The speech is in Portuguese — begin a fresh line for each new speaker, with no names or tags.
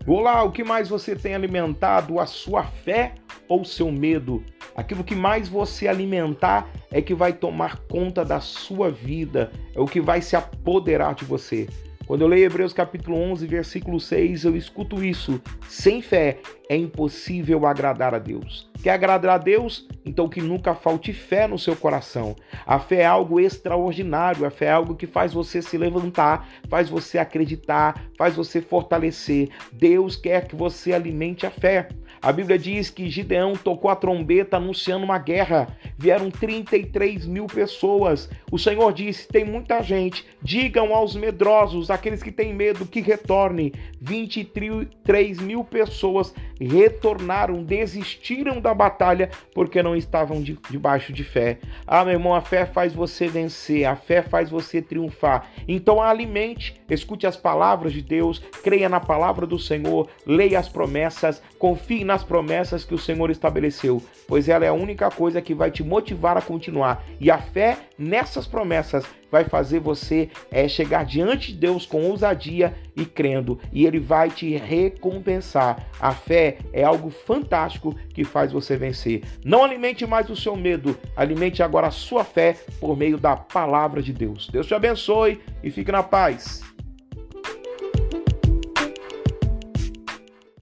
Olá, o que mais você tem alimentado? A sua fé ou o seu medo? Aquilo que mais você alimentar é que vai tomar conta da sua vida, é o que vai se apoderar de você. Quando eu leio Hebreus capítulo 11, versículo 6, eu escuto isso. Sem fé é impossível agradar a Deus. Quer agradar a Deus? Então que nunca falte fé no seu coração. A fé é algo extraordinário, a fé é algo que faz você se levantar, faz você acreditar, faz você fortalecer. Deus quer que você alimente a fé. A Bíblia diz que Gideão tocou a trombeta anunciando uma guerra. Vieram 33 mil pessoas. O Senhor disse, tem muita gente. Digam aos medrosos, aqueles que têm medo, que retornem. 23 mil pessoas retornaram, desistiram da batalha porque não estavam debaixo de fé. Ah, meu irmão, a fé faz você vencer, a fé faz você triunfar. Então alimente, escute as palavras de Deus, creia na palavra do Senhor, leia as promessas, confie nas promessas que o Senhor estabeleceu, pois ela é a única coisa que vai te motivar a continuar. E a fé nessas promessas vai fazer você chegar diante de Deus com ousadia e crendo, e Ele vai te recompensar. A fé é algo fantástico que faz você vencer. Não alimente mais o seu medo, alimente agora a sua fé por meio da palavra de Deus. Deus te abençoe e fique na paz.